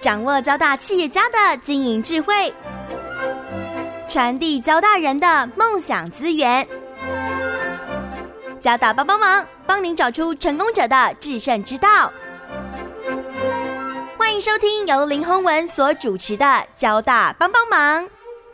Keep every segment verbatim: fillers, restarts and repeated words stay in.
掌握交大企业家的经营智慧，传递交大人的梦想资源。交大帮帮忙，帮您找出成功者的制胜之道。欢迎收听由林宏文所主持的交大帮帮忙。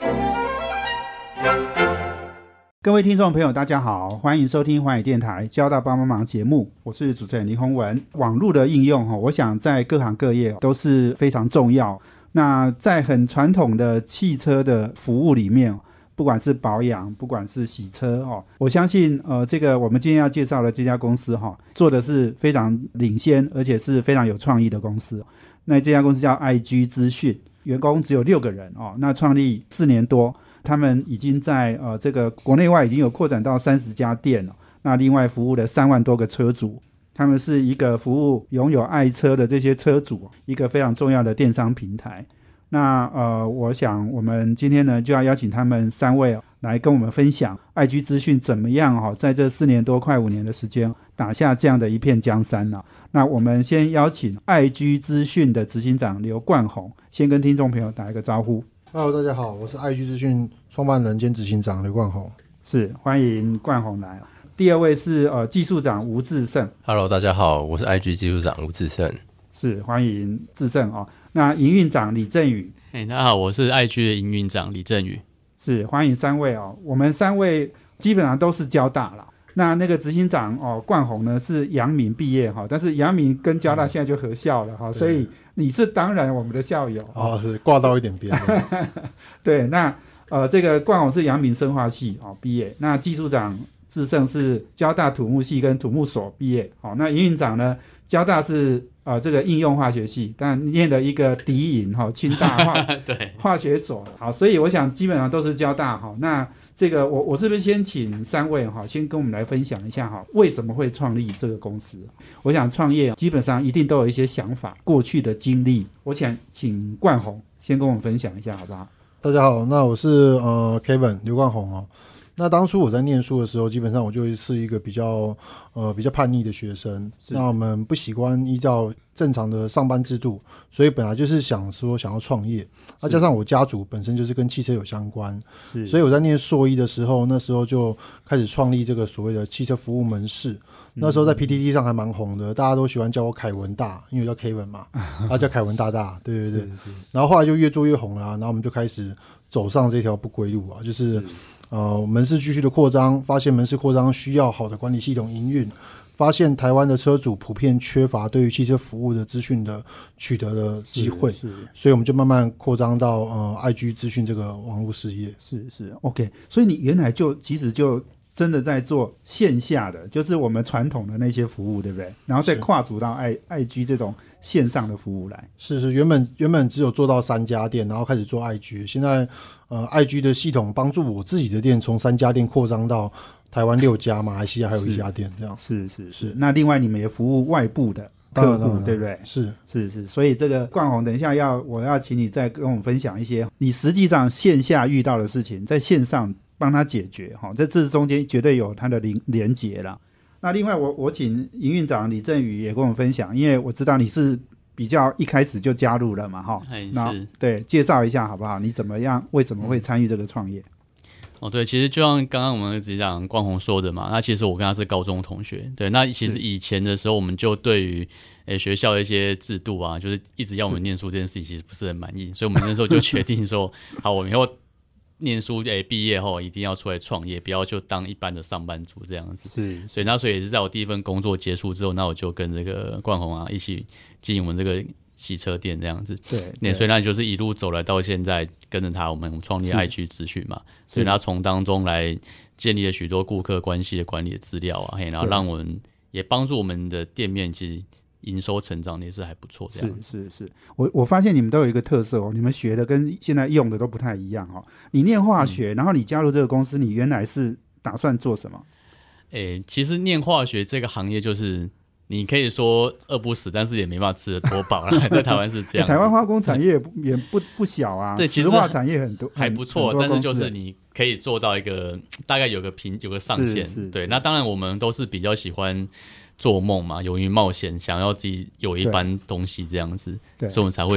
各位听众朋友大家好，欢迎收听寰宇电台交大帮帮忙节目，我是主持人林宏文。网络的应用我想在各行各业都是非常重要。那在很传统的汽车的服务里面，不管是保养，不管是洗车，我相信呃，这个我们今天要介绍的这家公司做的是非常领先，而且是非常有创意的公司。那这家公司叫 I G 资讯，员工只有六个人哦，那创立四年多，他们已经在呃这个国内外已经有扩展到三十家店了。那另外服务了三万多个车主，他们是一个服务拥有爱车的这些车主一个非常重要的电商平台。那呃，我想我们今天呢就要邀请他们三位来跟我们分享 I G 资讯怎么样、哦、在这四年多快五年的时间打下这样的一片江山、啊、那我们先邀请 I G 资讯的执行长刘冠宏先跟听众朋友打一个招呼。 Hello， 大家好，我是 I G 资讯创办人兼执行长刘冠宏。 是，欢迎冠宏来。第二位是呃技术长吴志胜。 Hello， 大家好，我是 I G 技术长吴志胜。 是，欢迎志胜哦。那营运长李振宇。 hey, 大家好，我是 I G 的营运长李振宇。 是，欢迎三位哦。我们三位基本上都是交大啦。那那个执行长哦，冠宏呢是阳明毕业哈，但是阳明跟交大现在就合校了哈、嗯，所以你是当然我们的校友哦，是挂到一点边对，那呃这个冠宏是阳明生化系哦毕业，那技术长志胜是交大土木系跟土木所毕业，好、哦，那营运长呢交大是呃这个应用化学系，但念了一个敌营哈，清大化对化学所，好，所以我想基本上都是交大哈。那这个我我是不是先请三位哈，先跟我们来分享一下哈，为什么会创立这个公司？我想创业基本上一定都有一些想法，过去的经历，我想请冠宏先跟我们分享一下好不好？ 大家好，那我是呃 Kevin 刘冠宏哦。那当初我在念书的时候，基本上我就是一个比较呃比较叛逆的学生。那我们不习惯依照正常的上班制度，所以本来就是想说想要创业。那加上我家族本身就是跟汽车有相关，所以我在念硕一的时候，那时候就开始创立这个所谓的汽车服务门市。那时候在 P T T 上还蛮红的，大家都喜欢叫我凯文大，因为我叫 Kevin 嘛，他叫凯文大大，对对对。然后后来就越做越红了、啊，然后我们就开始走上这条不归路啊，就是呃门市继续的扩张，发现门市扩张需要好的管理系统营运，发现台湾的车主普遍缺乏对于汽车服务的资讯的取得的机会，所以我们就慢慢扩张到呃 I G 资讯这个网络事业。 是是 OK， 所以你原来就其实就真的在做线下的，就是我们传统的那些服务，对不对？然后再跨足到 I, IG 这种线上的服务来。 是是，原本原本只有做到三家店，然后开始做 I G， 现在呃 I G 的系统帮助我自己的店从三家店扩张到台湾六家，马来西亚还有一家店，这样。 是是 是, 是。那另外你们也服务外部的客户，对不对？ 是是是，所以这个冠宏，等一下要我要请你再跟我们分享一些你实际上线下遇到的事情，在线上帮他解决哈，在这中间绝对有他的连结啦。那另外我我请营运长李振宇也跟我们分享，因为我知道你是比较一开始就加入了嘛哈，那对介绍一下好不好？你怎么样？为什么会参与这个创业？ 哦，对，其实就像刚刚我们执行长冠宏说的嘛，那其实我跟他是高中同学，对，那其实以前的时候我们就对于诶学校的一些制度啊，就是一直要我们念书这件事情其实不是很满意，所以我们那时候就决定说，好，我们以后念书诶毕业后一定要出来创业，不要就当一般的上班族这样子。是，所以那所以也是在我第一份工作结束之后，那我就跟这个冠宏啊一起经营我们这个洗车店这样子。对，对，所以那就是一路走来到现在，跟着他我们创立 I G 资讯嘛，所以他从当中来建立了许多顾客关系的管理的资料啊，然后让我们也帮助我们的店面其实营收成长也是还不错这样。 是是是，我我发现你们都有一个特色哦，你们学的跟现在用的都不太一样哦。你念化学、嗯、然后你加入这个公司，你原来是打算做什么？ 诶，其实念化学这个行业就是你可以说饿不死，但是也没办法吃得多饱了。在台湾是这样、欸， 台湾化工产业也不不小啊，对，石化产业很多， 还不错。但是就是你可以做到一个大概有个平有个上限，对。那当然我们都是比较喜欢做梦嘛，勇于冒险，想要自己有一番东西这样子，所以我们才会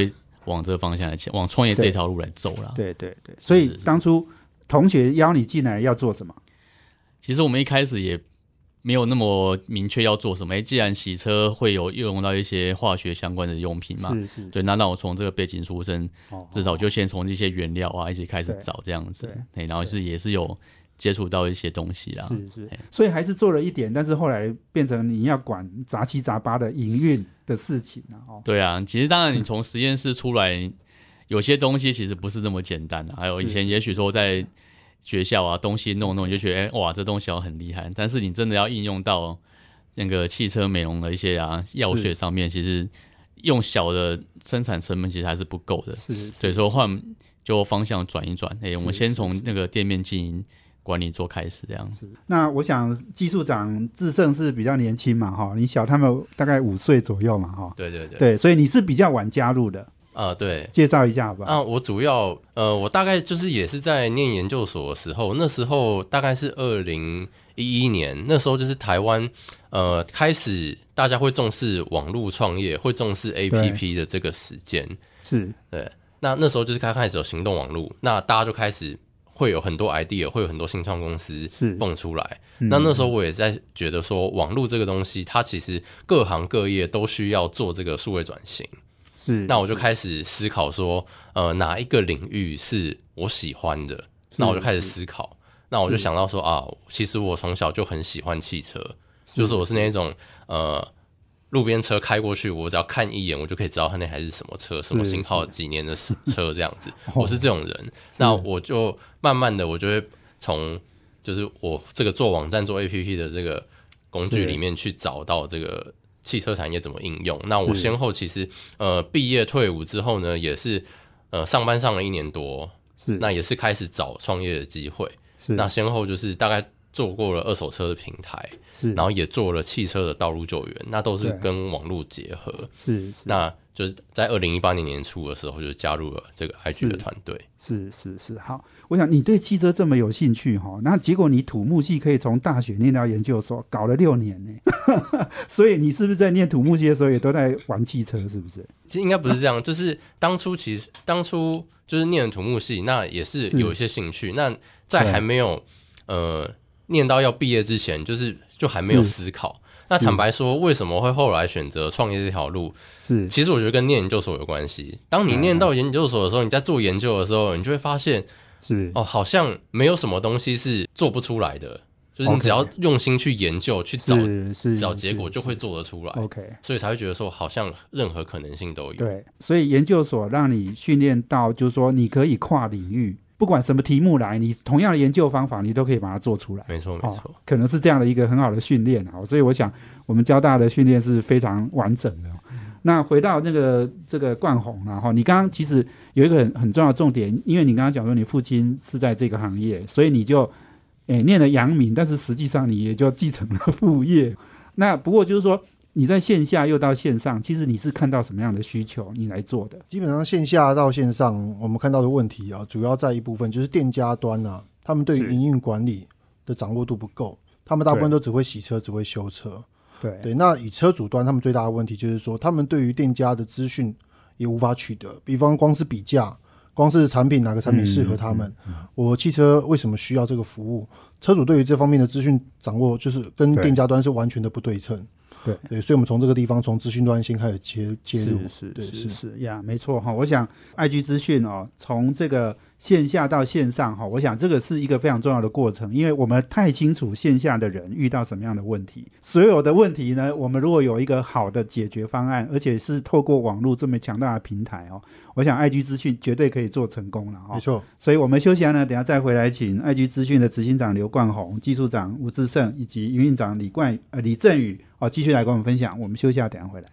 往这个方向来前，往创业这条路来走啦。 对对对，所以当初同学邀你进来要做什么？ 其实我们一开始也没有那么明确要做什么。既然洗车会有用到一些化学相关的用品嘛， 是是， 对，那让我从这个背景出身，哦、至少就先从一些原料啊一起开始找这样子，对，然后是也是有接触到一些东西啦， 是是，所以还是做了一点，但是后来变成你要管杂七杂八的营运的事情啊。哦， 对啊，其实当然你从实验室出来，嗯、有些东西其实不是那么简单的，还有以前也许说在学校啊，东西弄弄你就觉得，哎，哇，这东西好很厉害。但是你真的要应用到那个汽车美容的一些啊药水上面，其实用小的生产成本其实还是不够的。 是， 所以说换就方向转一转，哎，我们先从那个店面经营管理做开始，这样子。 那我想技术长志胜是比较年轻嘛，哈，你小他们大概五岁左右嘛，哈。 对对对。 对，所以你是比较晚加入的。 啊、呃，对， 介绍一下好不好？ 啊，我主要呃，我大概就是也是在念研究所的时候，那时候大概是二零一一年，那时候就是台湾呃开始大家会重视网络创业，会重视 A P P 的这个时间， 是对。那那时候就是刚开始有行动网络，那大家就开始会有很多 idea， 会有很多新创公司蹦出来。嗯、那那时候我也在觉得说，网络这个东西，它其实各行各业都需要做这个数位转型。 是， 那我就开始思考说，呃，哪一个领域是我喜欢的？那我就开始思考，那我就想到说啊，其实我从小就很喜欢汽车，就是我是那种呃，路边车开过去，我只要看一眼，我就可以知道它那台是什么车，什么型号、几年的车这样子。我是这种人，那我就慢慢的，我就会从就是我这个做网站、做 A P P 的这个工具里面去找到这个汽车产业怎么应用。那我先后其实呃毕业退伍之后呢，也是呃上班上了一年多，是那也是开始找创业的机会。是那先后就是大概做过了二手车的平台，是然后也做了汽车的道路救援，那都是跟网络结合。是是那就是在二零一八年年初的时候，就加入了这个 I G 的团队。 是是是，好，我想你对汽车这么有兴趣哈，那结果你土木系可以从大学念到研究所，搞了六年呢。所以你是不是在念土木系的时候也都在玩汽车？是不是？ 其实应该不是这样，就是当初其实当初就是念土木系，那也是有一些兴趣。那在还没有呃念到要毕业之前，就是就还没有思考。那坦白说，为什么会后来选择创业这条路？是，其实我觉得跟念研究所有关系。当你念到研究所的时候，你在做研究的时候，你就会发现，是哦，好像没有什么东西是做不出来的。就是你只要用心去研究、去找找结果，就会做得出来。OK， 所以才会觉得说，好像任何可能性都有。 对，所以研究所让你训练到，就是说你可以跨领域。不管什么题目来，你同样的研究方法，你都可以把它做出来。 没错，没错、哦， 可能是这样的一个很好的训练啊。所以我想，我们交大的训练是非常完整的。嗯、那回到那个这个冠宏啊，哈，你刚刚其实有一个很很重要的重点，因为你刚刚讲说你父亲是在这个行业，所以你就诶念了阳明，但是实际上你也就继承了父业。那不过就是说，你在线下又到线上，其实你是看到什么样的需求你来做的？ 基本上线下到线上，我们看到的问题啊，主要在一部分就是店家端啊，他们对于营运管理的掌握度不够，他们大部分都只会洗车，只会修车。对对，那以车主端，他们最大的问题就是说，他们对于店家的资讯也无法取得，比方光是比价，光是产品哪个产品适合他们，嗯嗯嗯、我汽车为什么需要这个服务，车主对于这方面的资讯掌握，就是跟店家端是完全的不对称。对对，所以我们从这个地方，从资讯端先开始接接入， 是是是是呀，没错哈。我想 I G 资讯哦，从这个线下到线上哈，我想这个是一个非常重要的过程，因为我们太清楚线下的人遇到什么样的问题，所有的问题呢，我们如果有一个好的解决方案，而且是透过网络这么强大的平台哦，我想 I G 资讯绝对可以做成功了哈。 没错， 所以我们休息完呢，等一下再回来，请 I G 资讯的执行长刘冠宏、技术长吴志胜以及营运长李冠呃李振宇哦，继续来跟我们分享。我们休息下，等一下回来。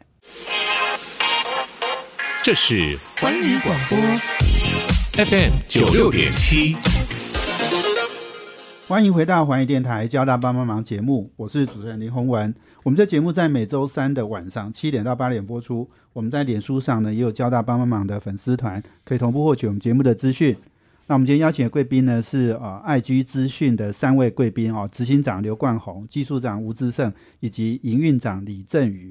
这是环宇广播 F M 九六点七， 欢迎回到环宇电台交大帮帮忙节目，我是主持人林宏文。我们这节目在每周三的晚上七点到八点播出。我们在脸书上呢也有交大帮帮忙的粉丝团，可以同步获取我们节目的资讯。那我们今天邀请的贵宾呢是呃 I G 资讯的三位贵宾哦，执行长刘冠宏、技术长吴志胜以及营运长李振宇。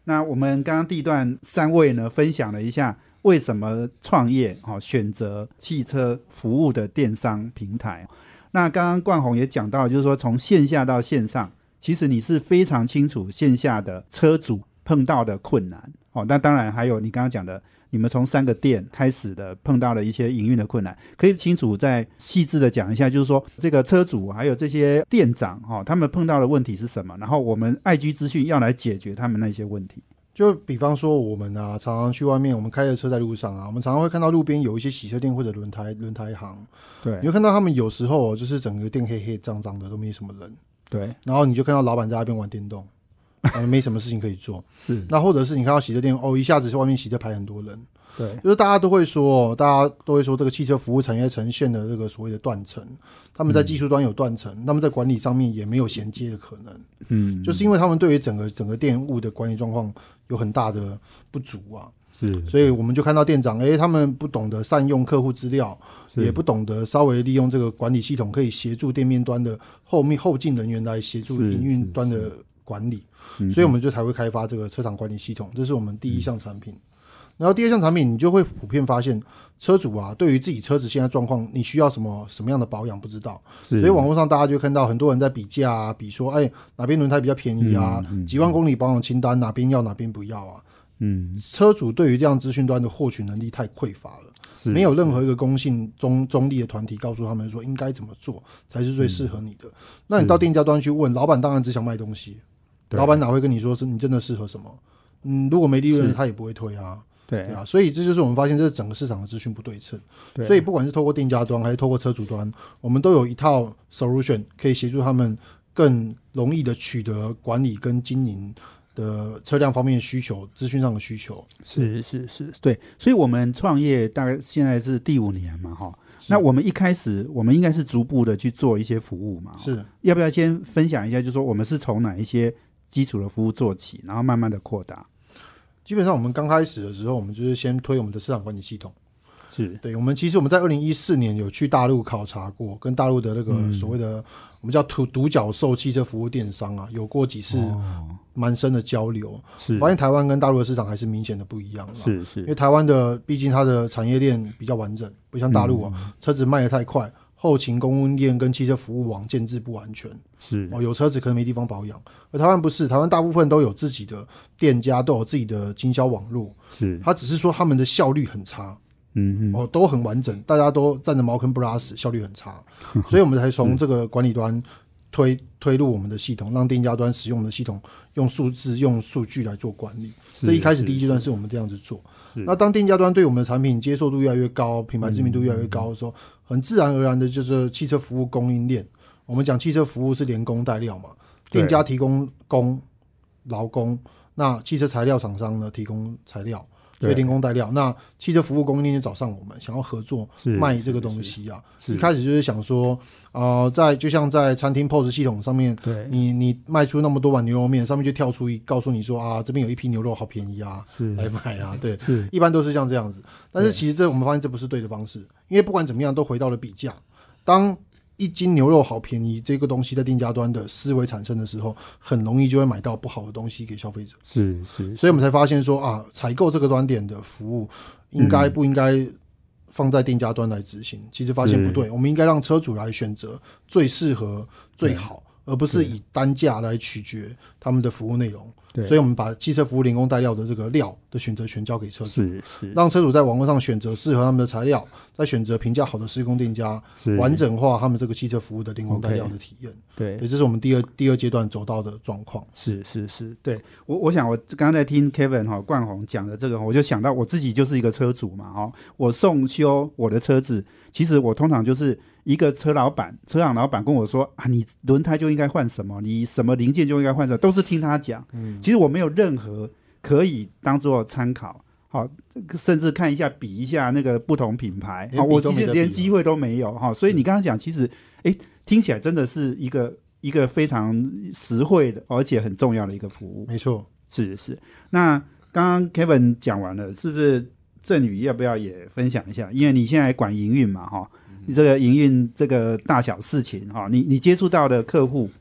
那我们刚刚第一段三位呢分享了一下为什么创业、哦、选择汽车服务的电商平台。那刚刚冠宏也讲到，就是说从线下到线上，其实你是非常清楚线下的车主碰到的困难。哦，那当然还有你刚刚讲的，你们从三个店开始的碰到了一些营运的困难，可以清楚再细致的讲一下，就是说这个车主还有这些店长、哦、他们碰到的问题是什么，然后我们爱居资讯要来解决他们那些问题。 就比方说我们啊，常常去外面，我们开着车在路上啊，我们常常会看到路边有一些洗车店或者轮胎轮胎行， 对， 你会看到他们有时候就是整个店黑黑脏脏的，都没什么人， 对， 然后你就看到老板在那边玩电动，没什么事情可以做， 是， 那或者是你看到洗车店哦，一下子外面洗车排很多人， 对， 就是大家都会说，大家都会说这个汽车服务产业呈现的这个所谓的断层，他们在技术端有断层，他们在管理上面也没有衔接的可能，嗯，就是因为他们对于整个整个店务的管理状况有很大的不足啊，是，所以我们就看到店长，哎，他们不懂得善用客户资料，也不懂得稍微利用这个管理系统，可以协助店面端的后面后进人员来协助营运端的管理，所以我们就才会开发这个车厂管理系统，这是我们第一项产品。然后第二项产品，你就会普遍发现，车主啊，对于自己车子现在状况，你需要什么什么样的保养不知道，所以网络上大家就会看到很多人在比价啊，比说，哎，哪边轮胎比较便宜啊，嗯嗯、几万公里保养清单，哪边要哪边不要啊。嗯，车主对于这样资讯端的获取能力太匮乏了，没有任何一个公信中中立的团体告诉他们说应该怎么做才是最适合你的。嗯、那你到店家端去问，老板当然只想卖东西，老板哪会跟你说是你真的适合什么？嗯，如果没利润，他也不会推啊。对啊，所以这就是我们发现，这是整个市场的资讯不对称。对，所以不管是透过店家端还是透过车主端，我们都有一套 solution 可以协助他们更容易的取得管理跟经营的车辆方面的需求，资讯上的需求。 是是是，对。所以我们创业大概现在是第五年嘛，哈。那我们一开始我们应该是逐步的去做一些服务嘛，是。要不要先分享一下，就是说我们是从哪一些基础的服务做起，然后慢慢的扩大？ 基本上我们刚开始的时候，我们就是先推我们的市场管理系统。 是， 对，我们其实我们在二零一四年有去大陆考察过，跟大陆的那个所谓的、嗯、我们叫独独角兽汽车服务电商啊，有过几次蛮深的交流。是、哦，发现台湾跟大陆的市场还是明显的不一样。是是，因为台湾的毕竟它的产业链比较完整，不像大陆啊，嗯、车子卖得太快。后勤供应链跟汽车服务网建制不完全，是、哦、有车子可能没地方保养，而台湾不是，台湾大部分都有自己的店家，都有自己的经销网络，是，它只是说他们的效率很差，嗯嗯，哦，都很完整，大家都占着茅坑不拉屎，效率很差，所以我们才从这个管理端推推入我们的系统，让店家端使用我们的系统，用数字、用数据来做管理。这一开始第一阶段是我们这样子做。那当店家端对我们的产品接受度越来越高，品牌知名度越来越高的时候，很自然而然的就是汽车服务供应链。我们讲汽车服务是连工带料嘛，店家提供工劳工，那汽车材料厂商呢提供材料。所以连工带料，那汽车服务供应链就找上我们，想要合作卖这个东西啊。一开始就是想说，呃，在就像在餐厅 P O S 系统上面，你你卖出那么多碗牛肉面，上面就跳出一告诉你说啊，这边有一批牛肉好便宜啊，来买啊。对，一般都是像这样子。但是其实这我们发现这不是对的方式，因为不管怎么样都回到了比价。当一斤牛肉好便宜这个东西在店家端的思维产生的时候，很容易就会买到不好的东西给消费者。是 是, 是，所以我们才发现说啊，采购这个端点的服务应该不应该放在店家端来执行、嗯、其实发现不对，我们应该让车主来选择最适合最好，而不是以单价来取决他们的服务内容。所以我们把汽车服务连工带料的这个料的选择权交给车主，是是，让车主在网络上选择适合他们的材料，再选择评价好的施工店家，完整化他们这个汽车服务的连工带料的体验。对，这是我们第二第二阶段走到的状况。 是是是，对，我我想我刚刚在听 Kevin 哈冠宏讲的这个，我就想到我自己就是一个车主嘛哈，我送修我的车子，其实我通常就是一个车老板、车行老板跟我说啊，你轮胎就应该换什么，你什么零件就应该换什么，都是听他讲。嗯，其实我没有任何可以当做参考，好，甚至看一下、比一下那个不同品牌，好，我其实连机会都没有哈。所以你刚刚讲，其实哎，听起来真的是一个一个非常实惠的，而且很重要的一个服务。 没错， 是是。那刚刚 Kevin 讲完了，是不是振宇要不要也分享一下？因为你现在管营运嘛，哈。你这个营运这个大小事情哈，你你接触到的客户，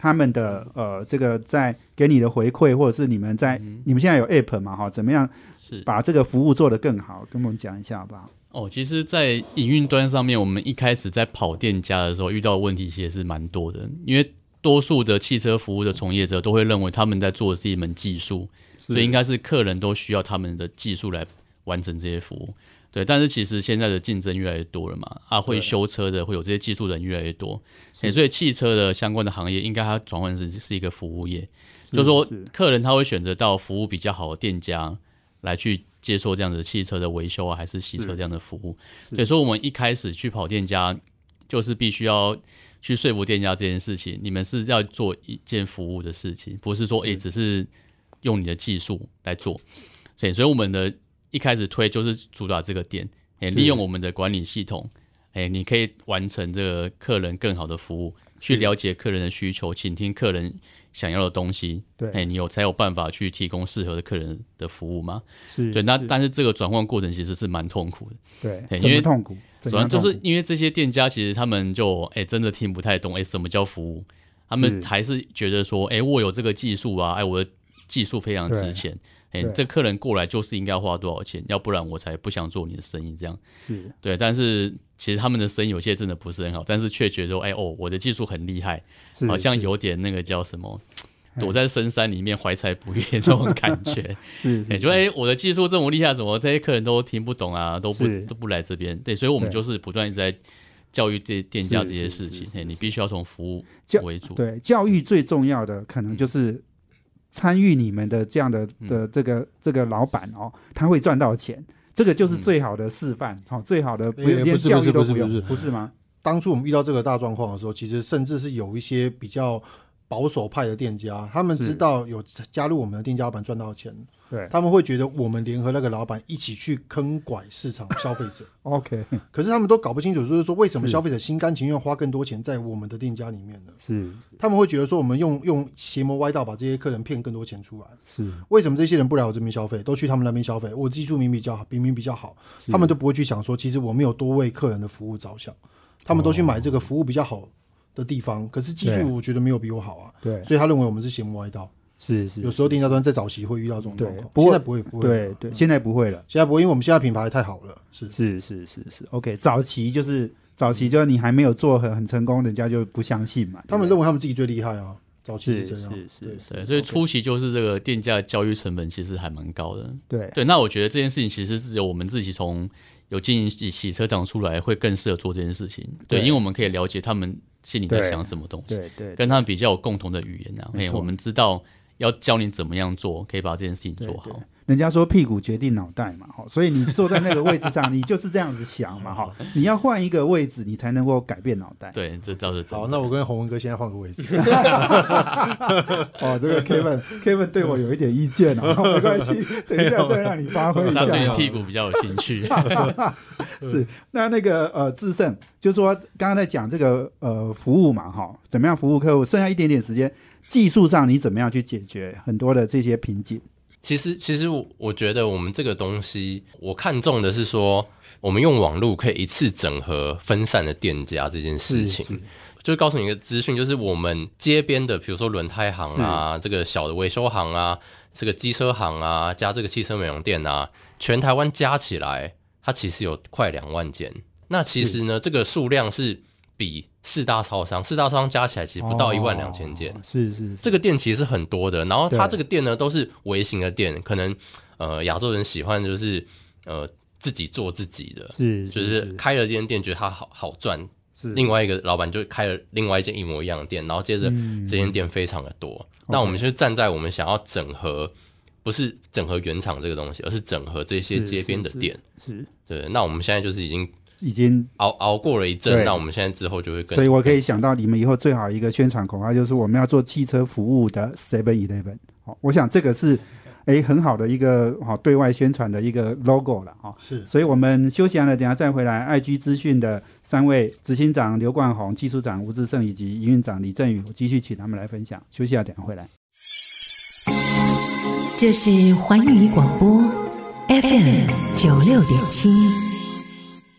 他们的呃这个在给你的回馈，或者是你们在、嗯、你们现在有 App 嘛哈，怎么样把这个服务做得更好，跟我们讲一下好不好？ 哦，其实，在营运端上面，我们一开始在跑店家的时候遇到的问题其实是蛮多的，因为多数的汽车服务的从业者都会认为他们在做的是一门技术，所以应该是客人都需要他们的技术来完成这些服务。对，但是其实现在的竞争越来越多了嘛，啊，会修车的会有这些技术人越来越多，欸、所以汽车的相关的行业应该它转换成是一个服务业，就是说客人他会选择到服务比较好的店家来去接受这样的汽车的维修啊，还是洗车这样的服务。对，所以我们一开始去跑店家，就是必须要去说服店家这件事情，你们是要做一件服务的事情，不是说诶、欸、只是用你的技术来做。对，所以我们的一开始推就是主打这个点，欸、利用我们的管理系统，欸、你可以完成这个客人更好的服务，去了解客人的需求，倾听客人想要的东西，对，欸、你有才有办法去提供适合的客人的服务嘛？是，对。那但是这个转换过程其实是蛮痛苦的， 对，欸、怎么痛苦？ 主要就是因为这些店家其实他们就哎、欸、真的听不太懂，哎、欸、什么叫服务？他们还是觉得说，哎、欸、我有这个技术啊，哎、欸、我的技术非常值钱。欸、这客人过来就是应该花多少钱，要不然我才不想做你的生意。这样是对，但是其实他们的生意有些真的不是很好，但是却觉得说，哎、欸、哦，我的技术很厉害，好像有点那个叫什么，躲在深山里面怀才不遇这种感觉。是，是，欸、就哎、欸，我的技术这么厉害，怎么这些客人都听不懂啊，都不都不来这边？对，所以我们就是不断一直在教育店店家这些事情。欸、你必须要从服务为主。 对，教育最重要的可能就是。嗯参与你们的这样的的这个、嗯、这个老板哦，他会赚到钱，这个就是最好的示范，好、嗯哦，最好的不用、欸、连教育都不用， 不是不是不是吗？ 当初我们遇到这个大状况的时候，其实甚至是有一些比较保守派的店家，他们知道有加入我们的店家老板赚到钱，对，他们会觉得我们联合那个老板一起去坑拐市场消费者。OK， 可是他们都搞不清楚，就是说为什么消费者心甘情愿花更多钱在我们的店家里面呢？是，他们会觉得说我们用用邪魔歪道把这些客人骗更多钱出来。是，为什么这些人不来我这边消费，都去他们那边消费？我技术明明比较好，明明比较好，他们都不会去想说，其实我没有多为客人的服务着想，他们都去买这个服务比较好的地方，可是技术我觉得没有比我好啊。对，所以他认为我们是邪魔歪道。是是，有时候店家端在早期会遇到这种状况，现在不会不会， 对对，现在不会了， 现在不会，因为我们现在品牌太好了。是是是是是 ，OK， 早期就是早期就是你还没有做很很成功，人家就不相信嘛， 他们认为他们自己最厉害啊。早期是这样， 是是是，对，所以初期就是这个店家的教育成本其实还蛮高的。对对，那我觉得这件事情其实是由我们自己从有经营洗车厂出来，会更适合做这件事情。对，因为我们可以了解他们心里在想什么东西，对 对, 对，跟他们比较有共同的语言啊。哎，我们知道要教你怎么样做，可以把这件事情做好。对对， 人家说屁股决定脑袋嘛，所以你坐在那个位置上，你就是这样子想嘛，哈，你要换一个位置，你才能够改变脑袋。 对，这倒是真的。 好，那我跟洪文哥现在换个位置。 哦，这个 Kevin Kevin 对我有一点意见哦，没关系，等一下再让你发挥一下。 他对屁股比较有兴趣。 是，那那个呃，智胜就说刚刚在讲这个呃服务嘛，哈，怎么样服务客户？剩下一点点时间，技术上你怎么样去解决很多的这些瓶颈？ 其实，其实我觉得我们这个东西，我看重的是说，我们用网络可以一次整合分散的店家这件事情。是是，就是告诉你一个资讯，就是我们街边的，比如说轮胎行啊，这个小的维修行啊，这个机车行啊，加这个汽车美容店啊，全台湾加起来，它其实有快两万间。那其实呢，这个数量是比四大超商，四大超商加起来其实不到一万两千间，是是，这个店其实是很多的。然后它这个店呢，都是微型的店，可能呃亚洲人喜欢就是呃自己做自己的，是，就是开了这间店觉得它好好赚，是，另外一个老板就开了另外一间一模一样的店，然后接着这间店非常的多。嗯、那我们就站在我们想要整合，不是整合原厂这个东西，而是整合这些街边的店，是，是是对。那我们现在就是已经。 已经熬熬过了一阵，那我们现在之后就会更。 所以我可以想到，你们以后最好一个宣传口号就是我们要做汽车服务的 seven eleven。好，我想这个是诶很好的一个好对外宣传的一个 logo 了哈。是，所以我们休息完了，等一下再回来。I G 资讯的三位执行长刘冠宏、技术长吴志胜以及营运长李振宇，我继续请他们来分享。休息啊，等一下回来。 这是环宇广播 F M 九六点七。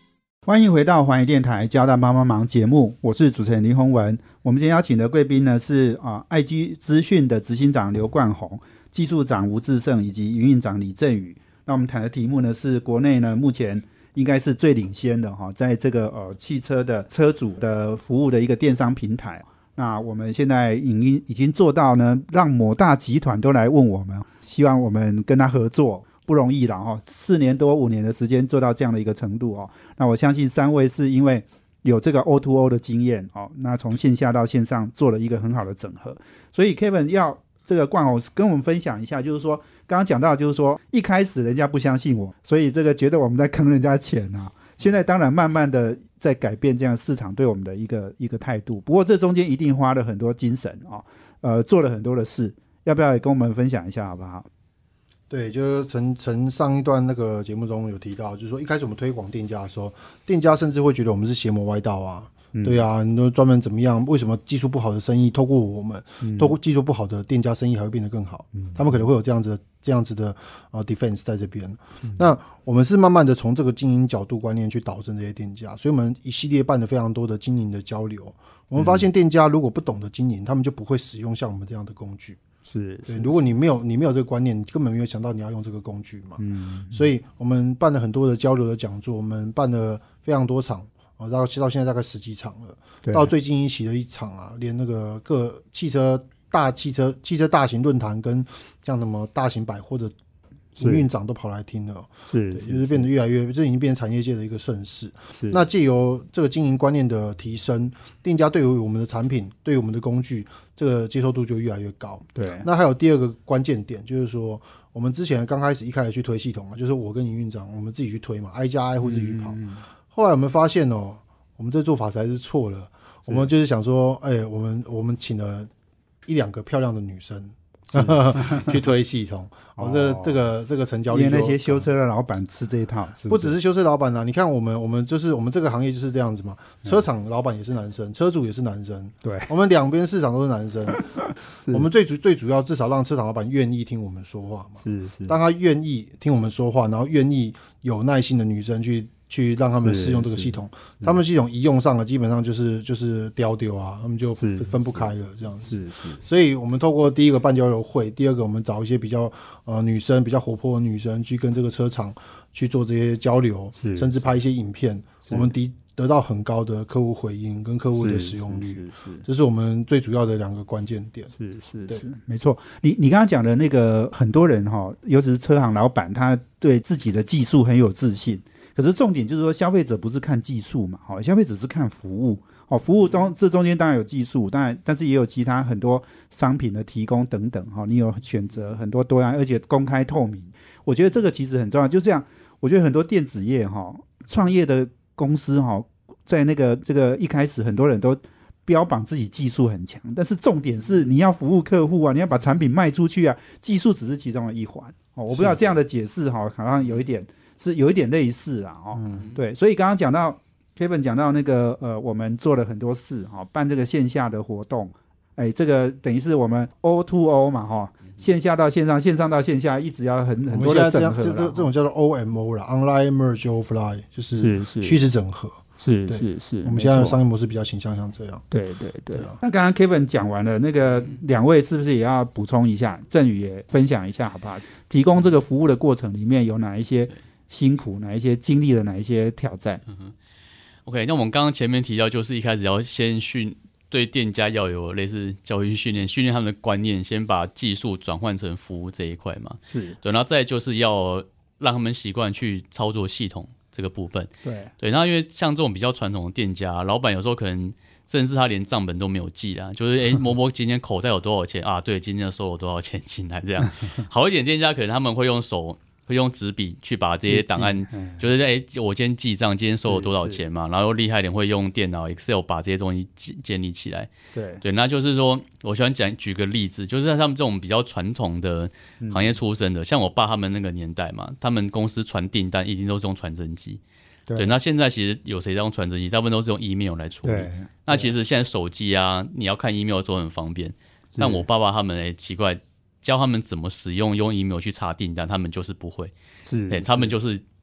欢迎回到环宇电台交大帮帮忙节目，我是主持人林宏文。我们今天邀请的贵宾呢是啊 I G 资讯的执行长刘冠宏、技术长吴志胜以及营运长李振宇。那我们谈的题目呢是国内呢目前应该是最领先的哈，在这个呃汽车的车主的服务的一个电商平台。那我们现在已经已经做到呢，让某大集团都来问我们，希望我们跟他合作。不容易了哈，四年多五年的时间做到这样的一个程度哦。那我相信三位是因为有这个 O to O 的经验哦，那从线下到线上做了一个很好的整合。所以 Kevin 要这个冠宏跟我们分享一下，就是说刚刚讲到，就是说一开始人家不相信我，所以这个觉得我们在坑人家钱啊。现在当然慢慢的在改变这样市场对我们的一个一个态度，不过这中间一定花了很多精神哦，呃，做了很多的事，要不要也跟我们分享一下好不好？ 对，就是陈陈上一段那个节目中有提到，就是说一开始我们推广店家的时候，店家甚至会觉得我们是邪魔歪道啊，嗯、对啊，你都专门怎么样？为什么技术不好的生意，透过我们，嗯、透过技术不好的店家生意还会变得更好？嗯、他们可能会有这样子的这样子的呃 defense 在这边。嗯、那我们是慢慢的从这个经营角度观念去导正这些店家，所以我们一系列办了非常多的经营的交流。我们发现店家如果不懂得经营，他们就不会使用像我们这样的工具。 是， 对，如果你没有你没有这个观念，你根本没有想到你要用这个工具嘛。嗯，所以我们办了很多的交流的讲座，我们办了非常多场，啊，到到现在大概十几场了。到最近一期的一场啊，连那个各汽车大汽车汽车大型论坛跟像什么大型百货的营运长都跑来听了， 是， 对，就是变得越来越，这已经变成产业界的一个盛事。是，那借由这个经营观念的提升，店家对于我们的产品、对于我们的工具，这个接受度就越来越高。 对， 那还有第二个关键点，就是说，我们之前刚开始一开始去推系统啊，就是我跟营运长我们自己去推嘛，挨家挨户自己去跑。嗯、后来我们发现哦，我们这做法实在是错了。我们就是想说，哎、欸，我们我们请了一两个漂亮的女生。去推系统，哦，这这个这个成交率， 因为那些修车的老板吃这一套，是不是？ 不只是修车老板啊，你看我们我们就是我们这个行业就是这样子嘛，车厂老板也是男生，车主也是男生， 对， 我们两边市场都是男生，我们最主最主要至少让车厂老板愿意听我们说话嘛， 是是， 当他愿意听我们说话，然后愿意有耐心的女生去。去让他们试用这个系统，他们系统一用上了，基本上就是就是丢丢啊，他们就分不开了这样子。 是是， 所以我们透过第一个办交流会，第二个我们找一些比较呃女生比较活泼的女生去跟这个车厂去做这些交流，甚至拍一些影片，我们得得到很高的客户回应跟客户的使用率，是是是，这是我们最主要的两个关键点。 是是是，没错。你你刚刚讲的那个很多人哈，尤其是车行老板，他对自己的技术很有自信。可是重点就是说，消费者不是看技术嘛，好，消费者是看服务，好，服务中这中间当然有技术，当然，但是也有其他很多商品的提供等等，哈，你有选择很多多样，而且公开透明，我觉得这个其实很重要。就这样，我觉得很多电子业哈，创业的公司哈，在那个这个一开始，很多人都标榜自己技术很强，但是重点是你要服务客户啊，你要把产品卖出去啊，技术只是其中的一环。哦，我不知道这样的解释哈，好像有一点。是有一点类似啦，哦，嗯、对，所以刚刚讲到 Kevin 讲到那个呃，我们做了很多事哈、哦，办这个线下的活动，哎，这个等于是我们 O to O 嘛哈、哦，线下到线上，线上到线下，一直要很很多的整合啦。 这这这种叫做 O M O 啦 ，Online Merge Offline， 就是虚实整合。 是是是， 我们现在的商业模式比较倾向像这样。 对对 对, 对、啊。那刚刚 Kevin 讲完了，那个两位是不是也要补充一下？振宇也分享一下好不好？提供这个服务的过程里面有哪一些辛苦，哪一些经历了哪一些挑战？ 嗯哼 OK， 那我们刚刚前面提到，就是一开始要先训对店家要有类似教育训练，训练他们的观念，先把技术转换成服务这一块嘛。 是对，然后再就是要让他们习惯去操作系统这个部分。 对对，然后因为像这种比较传统的店家，老板有时候可能甚至他连账本都没有记啊，就是哎，某某今天口袋有多少钱啊？对，今天收了多少钱进来这样。好一点店家可能他们会用手。会用纸笔去把这些档案，就是哎，我今天记账，今天收了多少钱嘛，然后厉害一点会用电脑 Excel 把这些东西建立起来。 对对，那就是说，我喜欢讲举个例子，就是像他们这种比较传统的行业出身的，嗯、像我爸他们那个年代嘛，他们公司传订单一定都是用传真机。对, 对，那现在其实有谁在用传真机？大部分都是用 email 来处理。那其实现在手机啊，你要看 email 都很方便，但我爸爸他们哎奇怪。教他们怎么使用用 email 去查订单，他们就是不会， 是， 对，他们就是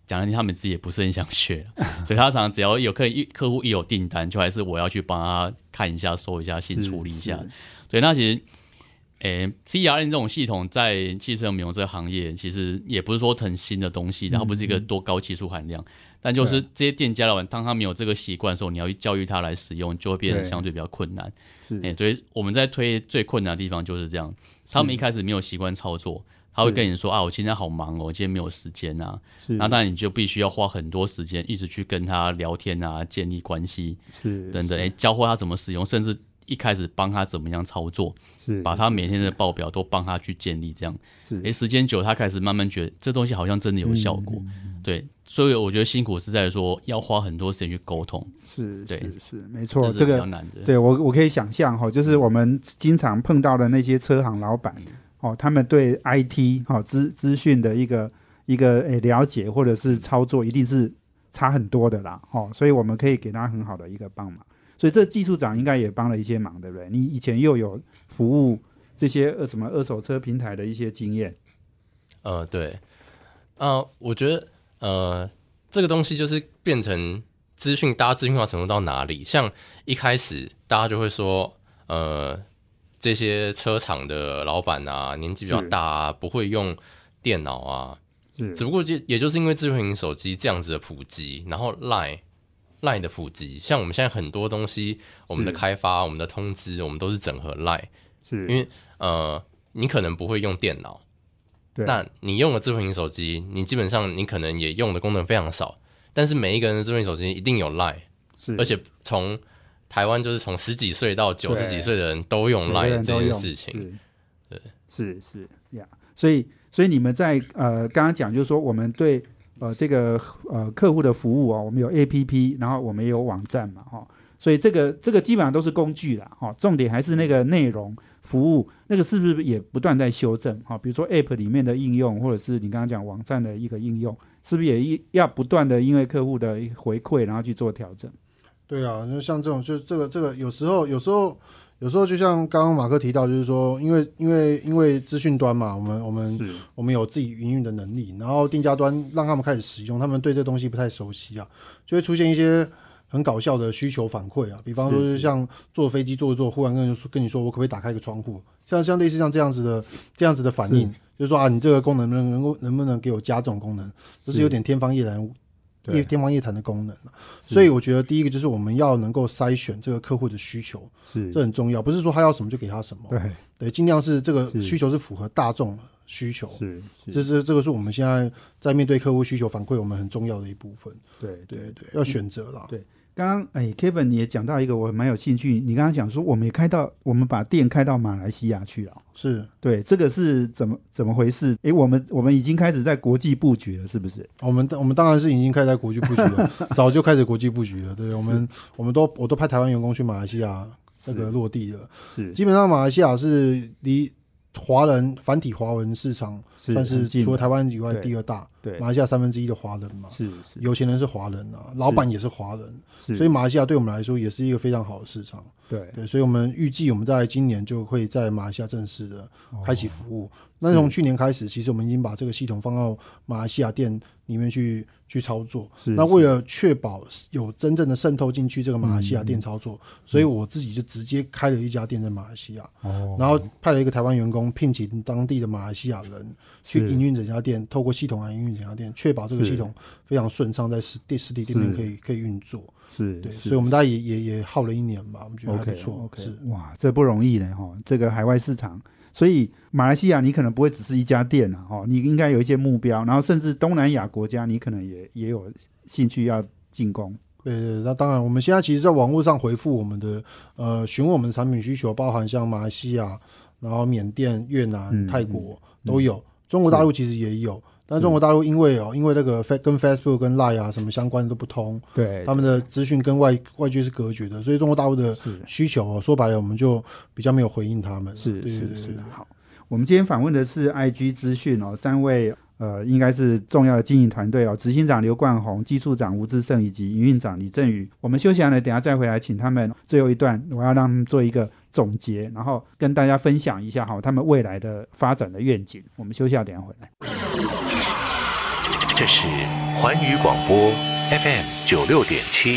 讲难听，他们自己也不是很想学，所以他常常只要有客人客户一有订单，就还是我要去帮他看一下、收一下信、处理一下。对，那其实，诶 ，C R M 这种系统在汽车美容这个行业，其实也不是说很新的东西，然后不是一个多高技术含量，嗯、但就是这些店家老板，当他没有这个习惯的时候，你要去教育他来使用，就会变得相对比较困难。诶，所以我们在推最困难的地方就是这样，他们一开始没有习惯操作。他会跟你说啊，我今天好忙哦，我今天没有时间啊。那当然你就必须要花很多时间，一直去跟他聊天啊，建立关系，是等等，哎，教会他怎么使用，甚至一开始帮他怎么样操作，是把他每天的报表都帮他去建立，这样，哎，时间久，他开始慢慢觉得这东西好像真的有效果，嗯、对，所以我觉得辛苦是在说要花很多时间去沟通， 是， 对， 是是没错， 这个比较难的， 对我我可以想象哈，就是我们经常碰到的那些车行老板。嗯哦，他们对 I T 哦资资讯的一个一个诶了解或者是操作，一定是差很多的啦。哦，所以我们可以给他很好的一个帮忙。所以这技术长应该也帮了一些忙，对不对？你以前又有服务这些二什么二手车平台的一些经验。 呃，对，呃，我觉得呃这个东西就是变成资讯，大家资讯化程度到哪里？像一开始大家就会说，呃。这些车厂的老板啊，年纪比较大啊，不会用电脑啊，只不过就也就是因为智慧型手机这样子的普及，然后 Line Line 的普及，像我们现在很多东西，我们的开发、我们的通知，我们都是整合 Line， 是因为呃，你可能不会用电脑，对，那你用了智慧型手机，你基本上你可能也用的功能非常少，但是每一个人的智慧型手机一定有 Line， 是，而且从台湾就是从十几岁到九十几岁的人都用 Line 这件事情，对， 是是呀，所以所以你们在呃刚刚讲就是说我们对呃这个呃客户的服务啊、哦，我们有 A P P， 然后我们也有网站嘛，哈、哦，所以这个这个基本上都是工具啦，哈、哦，重点还是那个内容服务，那个是不是也不断在修正？哈、哦，比如说 App 里面的应用，或者是你刚刚讲网站的一个应用，是不是也要不断的因为客户的回馈，然后去做调整？ 对啊，就像这种，就这个这个，有时候有时候有时候就像刚刚马克提到，就是说，因为因为因为资讯端嘛，我们我们我们有自己营运的能力，然后定价端让他们开始使用，他们对这东西不太熟悉啊，就会出现一些很搞笑的需求反馈啊，比方说就是像坐飞机坐一坐，忽然跟你说跟你说我可不可以打开一个窗户，像像类似像这样子的这样子的反应，就是说啊，你这个功能能能够能不能给我加这种功能，就是有点天方夜谭。天方夜谭的功能，所以我觉得第一个就是我们要能够筛选这个客户的需求，是这很重要，不是说他要什么就给他什么，对对，尽量是这个需求是符合大众需求，是这是这个是我们现在在面对客户需求反馈我们很重要的一部分，对对对，要选择啦， 对。刚刚哎 ，Kevin 你也讲到一个我蛮有兴趣，你刚刚讲说我们也开到，我们把店开到马来西亚去了， 是对，这个是怎么怎么回事？哎，我们我们已经开始在国际布局了，是不是？ 我们我们当然是已经开始在国际布局了，早就开始国际布局了。对，我们我们都我都派台湾员工去马来西亚那个落地了，是基本上马来西亚是离华人繁体华文市场算是除了台湾以外第二大，对，马来西亚三分之一的华人嘛，是是，有钱人是华人啊，老板也是华人，所以马来西亚对我们来说也是一个非常好的市场，对对，所以我们预计我们在今年就会在马来西亚正式的开启服务。哦、那从去年开始，其实我们已经把这个系统放到马来西亚店里面去去操作。那为了确保有真正的渗透进去这个马来西亚店操作，嗯、所以我自己就直接开了一家店在马来西亚，哦、然后派了一个台湾员工聘请当地的马来西亚人去营运整家店，透过系统来营运整家店，确保这个系统非常顺畅，在实地实体店面可以可以运作。是，对，所以我们大概也也也耗了一年吧，我们觉得还不错。 Okay, okay, 是，哇，这不容易呢哈，这个海外市场。所以马来西亚你可能不会只是一家店啊，哈，你应该有一些目标，然后甚至东南亚国家你可能也也有兴趣要进攻。 对对，那当然，我们现在其实在网络上回复我们的呃询问我们的产品需求，包含像马来西亚，然后缅甸、越南、嗯、泰国都有，嗯、中国大陆其实也有。但中国大陆因为哦，因为那个跟 Facebook 跟 Line 啊什么相关的都不通，对，他们的资讯跟外外界是隔绝的，所以中国大陆的需求哦，说白了我们就比较没有回应他们。 是是是，好，我们今天访问的是 I G 资讯哦，三位呃应该是重要的经营团队哦，执行长刘冠宏、技术长吴志胜以及营运长李振宇。我们休息完了，等一下再回来，请他们最后一段，我要让他们做一个总结，然后跟大家分享一下哈他们未来的发展的愿景。我们休息下，等一下回来。 这是环宇广播 F M 九六点七。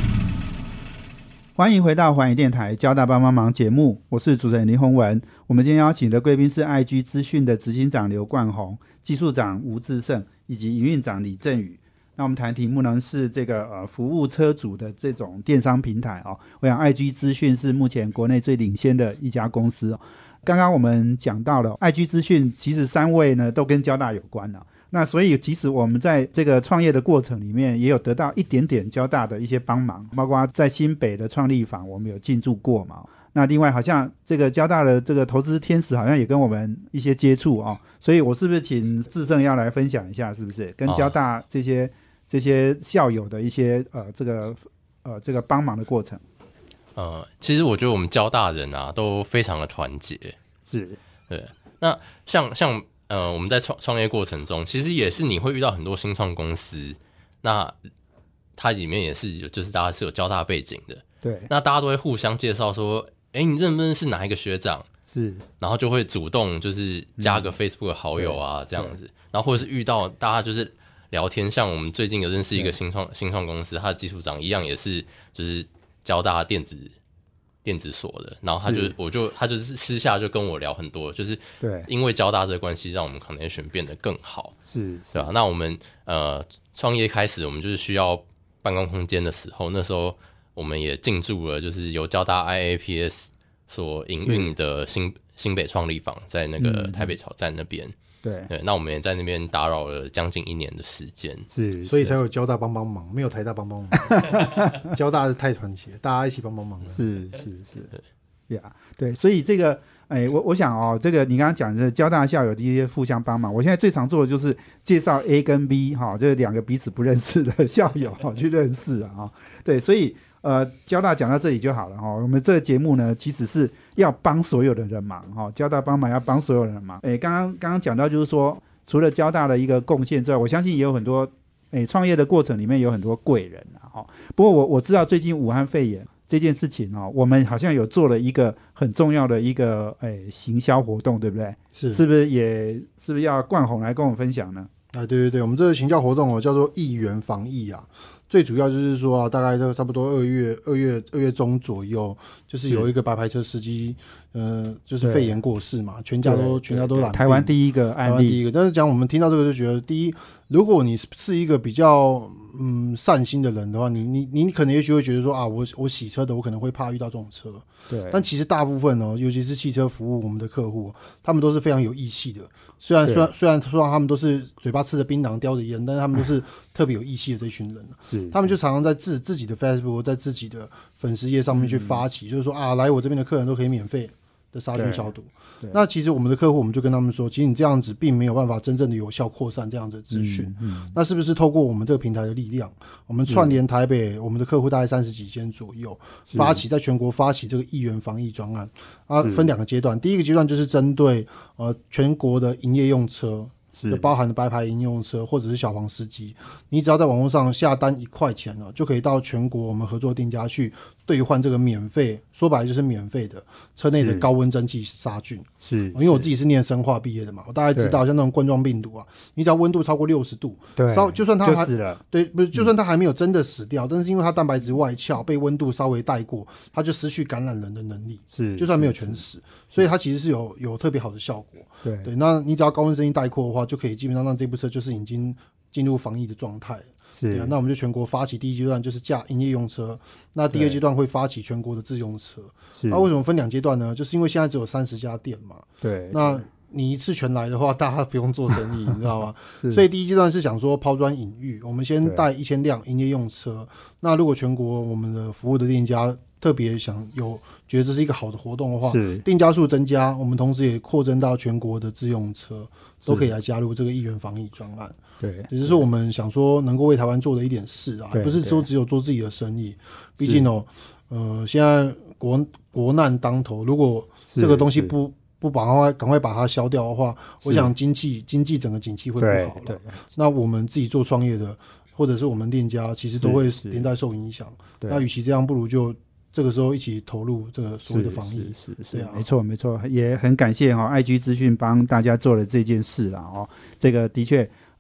欢迎回到环宇电台交大帮帮忙节目，我是主持人林宏文。我们今天邀请的贵宾是 I G 资讯的执行长刘冠宏、技术长吴志胜以及营运长李振宇。那我们谈题目呢是这个呃服务车主的这种电商平台哦。我想 I G 资讯是目前国内最领先的一家公司哦。刚刚我们讲到了 I G 资讯，其实三位呢都跟交大有关了。那所以其实我们在这个创业的过程里面也有得到一点点交大的一些帮忙，包括在新北的创立坊我们有进驻过嘛。那另外好像这个交大的这个投资天使好像也跟我们一些接触哦，所以我是不是请志胜要来分享一下，是不是跟交大这些、哦、这些校友的一些呃这个呃这个帮忙的过程？ 呃，其实我觉得我们交大人啊都非常的团结， 是对。那像像呃我们在创创业过程中，其实也是你会遇到很多新创公司，那它里面也是有就是大家是有交大背景的， 对。 那大家都会互相介绍说，哎，你认不认识哪一个学长？ 是， 然后就会主动就是加个 Facebook 的好友啊、嗯、这样子，然后或者是遇到大家就是聊天，像我们最近有认识一个新创新创公司，他的技术长一样也是就是交大电子电子所的，然后他就我就他就是私下就跟我聊很多，就是对，因为交大这个关系，让我们 connection 变得更好， 是， 对吧、啊？那我们呃创业开始，我们就是需要办公空间的时候，那时候我们也进驻了，就是由交大 I A P S 所营运的新新北创立坊，在那个台北桥站那边。嗯对对，那我们也在那边打扰了将近一年的时间， 是，所以才有交大帮帮忙，没有台大帮帮忙。交大是太团结，大家一起帮帮忙了。 是是是，呀， yeah, 对，所以这个，哎，我我想哦，这个你刚刚讲的交大校友的一些互相帮忙，我现在最常做的就是介绍 A 跟 B 哈、哦，这两个彼此不认识的校友哈、哦、去认识啊、哦，对，所以。呃，交大讲到这里就好了哈、哦。我们这个节目呢，其实是要帮所有的人忙哈、哦。交大帮忙要帮所有人忙。诶，刚刚刚刚讲到就是说，除了交大的一个贡献之外，我相信也有很多诶创业的过程里面有很多贵人啊哈、哦。不过我我知道最近武汉肺炎这件事情哦，我们好像有做了一个很重要的一个诶行销活动，对不对？ 是， 是不是也是不是要冠宏来跟我们分享呢？ 啊，对对对，我们这个行销活动哦，叫做疫源防疫啊。最主要就是说啊，大概这个差不多二月二月二月中左右，就是有一个白牌车司机，呃，就是肺炎过世嘛，全家都全家都染病， 台湾第一个案例， 台湾第一个。但是讲我们听到这个就觉得，第一，如果你是一个比较嗯善心的人的话，你你你可能也许会觉得说啊，我我洗车的，我可能会怕遇到这种车。 对。 但其实大部分哦，尤其是汽车服务我们的客户，他们都是非常有义气的。虽然虽然虽然说他们都是嘴巴吃着槟榔叼着烟，但是他们都是特别有义气的这群人。 是。 他们就常常在自自己的 Facebook 在自己的粉丝页上面去发起，嗯、就是说啊，来我这边的客人都可以免费的杀菌消毒。那其实我们的客户，我们就跟他们说，其实你这样子并没有办法真正的有效扩散这样的资讯。嗯嗯、那是不是透过我们这个平台的力量，我们串联台北，我们的客户大概三十几间左右，发起在全国发起这个疫源防疫专案啊，分两个阶段。第一个阶段就是针对呃全国的营业用车。就包含的白牌营用车或者是小黄司机，你只要在网络上下单一块钱了，就可以到全国我们合作店家去兑换这个免费，说白了就是免费的车内的高温蒸汽杀菌。 是， 因为我自己是念生化毕业的嘛，我大概知道像那种冠状病毒啊，你只要温度超过六十度， 对， 稍就算它还就死了， 对，不是就算它还没有真的死掉，嗯、但是因为它蛋白质外壳被温度稍微带过，它就失去感染人的能力， 是， 就算没有全死，所以它其实是有有特别好的效果。 对对，那你只要高温蒸汽带过的话，就可以基本上让这部车就是已经进入防疫的状态。 是， 对啊，那我们就全国发起第一阶段就是驾营业用车，那第二阶段会发起全国的自用车。那为什么分两阶段呢？就是因为现在只有三十家店嘛。 对， 那你一次全来的话，大家不用做生意，你知道吗？所以第一阶段是想说抛砖引玉，我们先带一千辆营业用车。那如果全国我们的服务的店家特别想有觉得这是一个好的活动的话，店家数增加，我们同时也扩增到全国的自用车，都可以来加入这个疫源防疫专案。 对， 也就是我们想说能够为台湾做的一点事啊，不是说只有做自己的生意。毕竟哦，呃，现在国国难当头，如果这个东西不不赶快赶快把它消掉的话，我想经济经济整个景气会不好了。那我们自己做创业的，或者是我们店家，其实都会连带受影响。那与其这样，不如就这个时候一起投入这个所谓的防疫。 是是 是, 是、啊、没错没错，也很感谢哈、哦、I G 资讯帮大家做了这件事啦哦，这个的确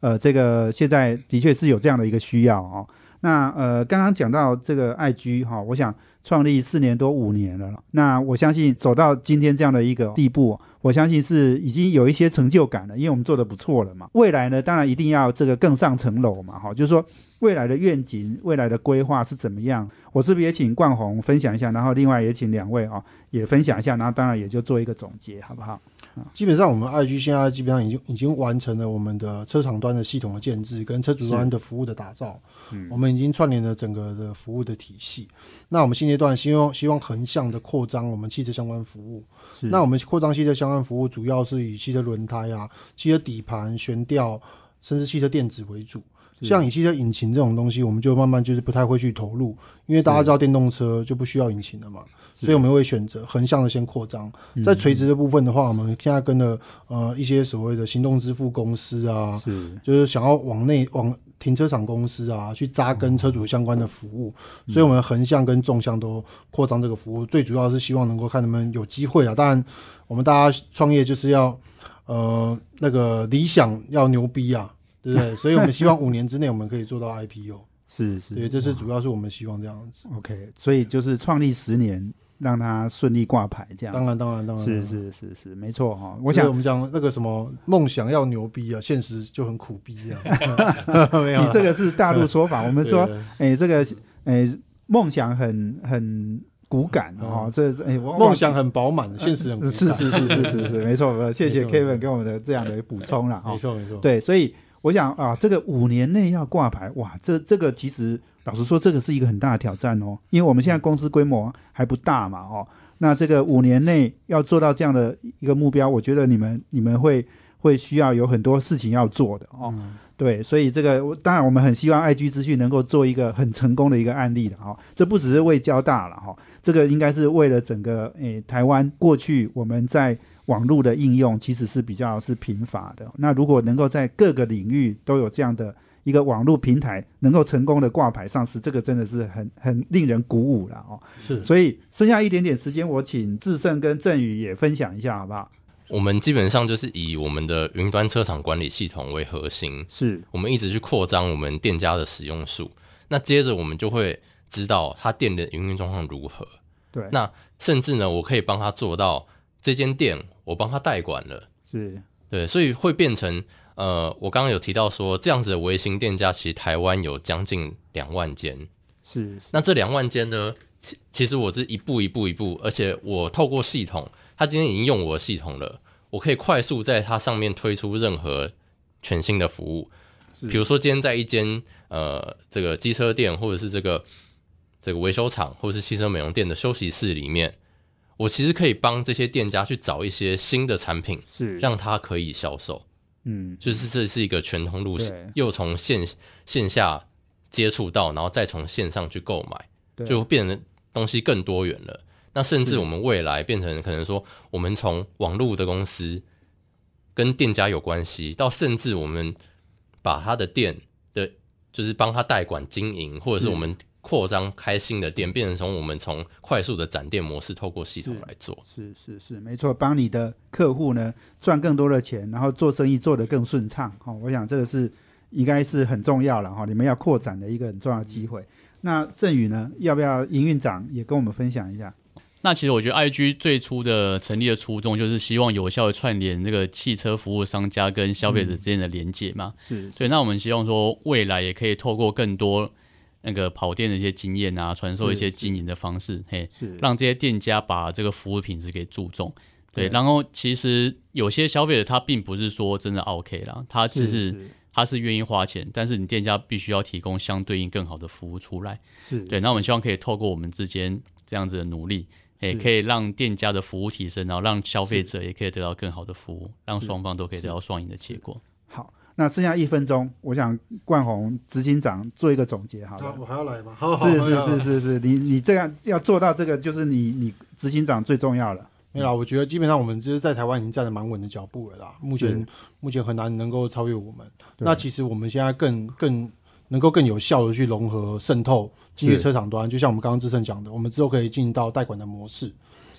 呃，这个现在的确是有这样的一个需要哦。那呃，刚刚讲到这个I G哈、哦，我想创立四年多五年了，那我相信走到今天这样的一个地步，我相信是已经有一些成就感了，因为我们做得不错了嘛。未来呢，当然一定要这个更上层楼嘛，哈，就是说未来的愿景、未来的规划是怎么样？我是不是也请冠宏分享一下，然后另外也请两位啊、哦、也分享一下，然后当然也就做一个总结，好不好？ 基本上我们 I G 现在基本上已经已经完成了我们的车厂端的系统的建制跟车主端的服务的打造，嗯、我们已经串联了整个的服务的体系。那我们现阶段希望希望横向的扩张我们汽车相关服务。那我们扩张汽车相关服务主要是以汽车轮胎啊、汽车底盘、悬吊，甚至汽车电子为主。像以汽车引擎这种东西，我们就慢慢就是不太会去投入，因为大家知道电动车就不需要引擎了嘛，所以我们会选择横向的先扩张。在垂直的部分的话，我们现在跟了呃一些所谓的行动支付公司啊，是就是想要往内往停车场公司啊去扎根车主相关的服务，嗯、所以我们横向跟纵向都扩张这个服务。最主要是希望能够看能不能有机会啊，当然我们大家创业就是要呃那个理想要牛逼啊。对不对？所以我们希望五年之内我们可以做到 I P O， 是是， 对，这是主要是我们希望这样子。 OK， 所以就是创立十年，让它顺利挂牌这样子。 当然当然当然， 是是是是，没错哈、哦。我想我们讲那个什么梦想要牛逼啊，现实就很苦逼这样。没有， 你这个是大陆说法，我们说，哎，这个哎梦想很很。骨感哦，这哎， 梦想很饱满，现实很骨感。 是是是是是是，没错，谢谢 Kevin 给我们的这样的补充了。 没错没错， 对，所以我想啊，这个五年内要挂牌，哇，这这个其实老实说，这个是一个很大的挑战哦，因为我们现在公司规模还不大嘛，哦，那这个五年内要做到这样的一个目标，我觉得你们你们会会需要有很多事情要做的哦。嗯对，所以这个当然我们很希望 I G 资讯能够做一个很成功的一个案例的哈、哦，这不只是为交大了哈、哦，这个应该是为了整个诶台湾过去我们在网络的应用其实是比较是贫乏的，那如果能够在各个领域都有这样的一个网络平台能够成功的挂牌上市，这个真的是很很令人鼓舞了哦。 是， 所以剩下一点点时间，我请志胜跟振宇也分享一下好不好？ 我们基本上就是以我们的云端车厂管理系统为核心， 是我们一直去扩张我们店家的使用数。那接着我们就会知道他店的营运状况如何。 对， 那甚至呢，我可以帮他做到这间店，我帮他代管了。 是， 对，所以会变成呃，我刚刚有提到说，这样子的微型店家，其实台湾有将近两万间。 是，是那这两万间呢，其其实我是一步一步一步，而且我透过系统。他今天已经用我的系统了，我可以快速在它上面推出任何全新的服务。比如说今天在一间呃这个机车店，或者是这个这个维修厂，或者是汽车美容店的休息室里面，我其实可以帮这些店家去找一些新的产品， 是让它可以销售。 嗯， 就是这是一个全通路，又从线线下接触到，然后再从线上去购买，就变成东西更多元了。那甚至我们未来变成可能说，我们从网络的公司跟店家有关系，到甚至我们把他的店的，就是帮他代管经营，或者是我们扩张开新的店，变成从我们从快速的展店模式透过系统来做。 是是 是, 是没错，帮你的客户呢赚更多的钱，然后做生意做得更顺畅、哦、我想这个是应该是很重要了、哦、你们要扩展的一个很重要的机会。那振宇呢，要不要营运长也跟我们分享一下？ 那其实我觉得 I G 最初的成立的初衷就是希望有效的串联这个汽车服务商家跟消费者之间的连结嘛。 嗯、是， 所以那我们希望说未来也可以透过更多那个跑店的一些经验啊，传授一些经营的方式，嘿，让这些店家把这个服务品质给注重。对，然后其实有些消费者他并不是说真的 OK 啦，他只是他是愿意花钱，但是你店家必须要提供相对应更好的服务出来。 是， 对，那我们希望可以透过我们之间这样子的努力。也可以让店家的服务提升，然后让消费者也可以得到更好的服务，让双方都可以得到双赢的结果。 好，那剩下一分钟，我想冠宏执行长做一个总结好了。 啊、我还要来吗？好好是是是是是，你你这样要做到这个，就是你你执行长最重要了。 没有啦，我觉得基本上我们就是在台湾已经站得蛮稳的脚步了啦。目前目前很难能够超越我们。那其实我们现在更更能够更有效的去融合渗透进去车厂端，就像我们刚刚志胜讲的，我们之后可以进到代管的模式。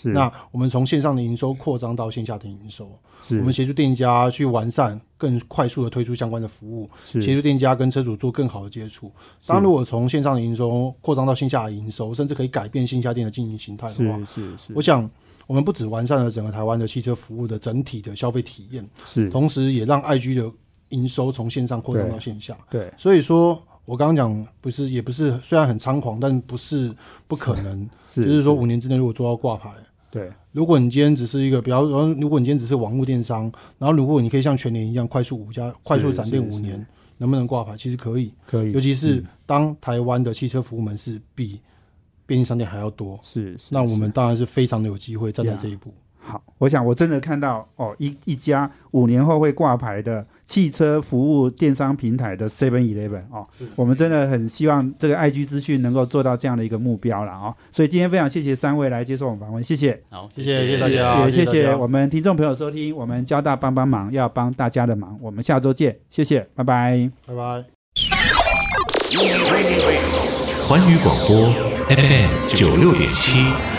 那我们从线上的营收扩张到线下的营收，我们协助店家去完善更快速的推出相关的服务，协助店家跟车主做更好的接触。当然如果从线上的营收扩张到线下的营收，甚至可以改变线下店的经营形态的话，是是是我想我们不只完善了整个台湾的汽车服务的整体的消费体验，是同时也让 I G 的营收从线上扩张到线下。 对, 对所以说我刚刚讲不是也不是虽然很猖狂，但不是不可能，是就是说五年之内如果做到挂牌，对，如果你今天只是一个比较，如果你今天只是网络电商，然后如果你可以像全联一样快速五家快速展店五年，能不能挂牌？其实可以，可以。尤其是当台湾的汽车服务门市比便利商店还要多，是，是那我们当然是非常的有机会站在这一步。 好，我想我真的看到哦，一一家五年后会挂牌的汽车服务电商平台的 seven eleven 哦，我们真的很希望这个 I G 资讯能够做到这样的一个目标了哦。所以今天非常谢谢三位来接受我们访问，谢谢。 好， 谢谢，谢谢大家， 也谢谢我们听众朋友收听，我们交大帮帮忙要帮大家的忙，我们下周见，谢谢，拜拜， 拜拜。 环宇广播 F M 九六点七。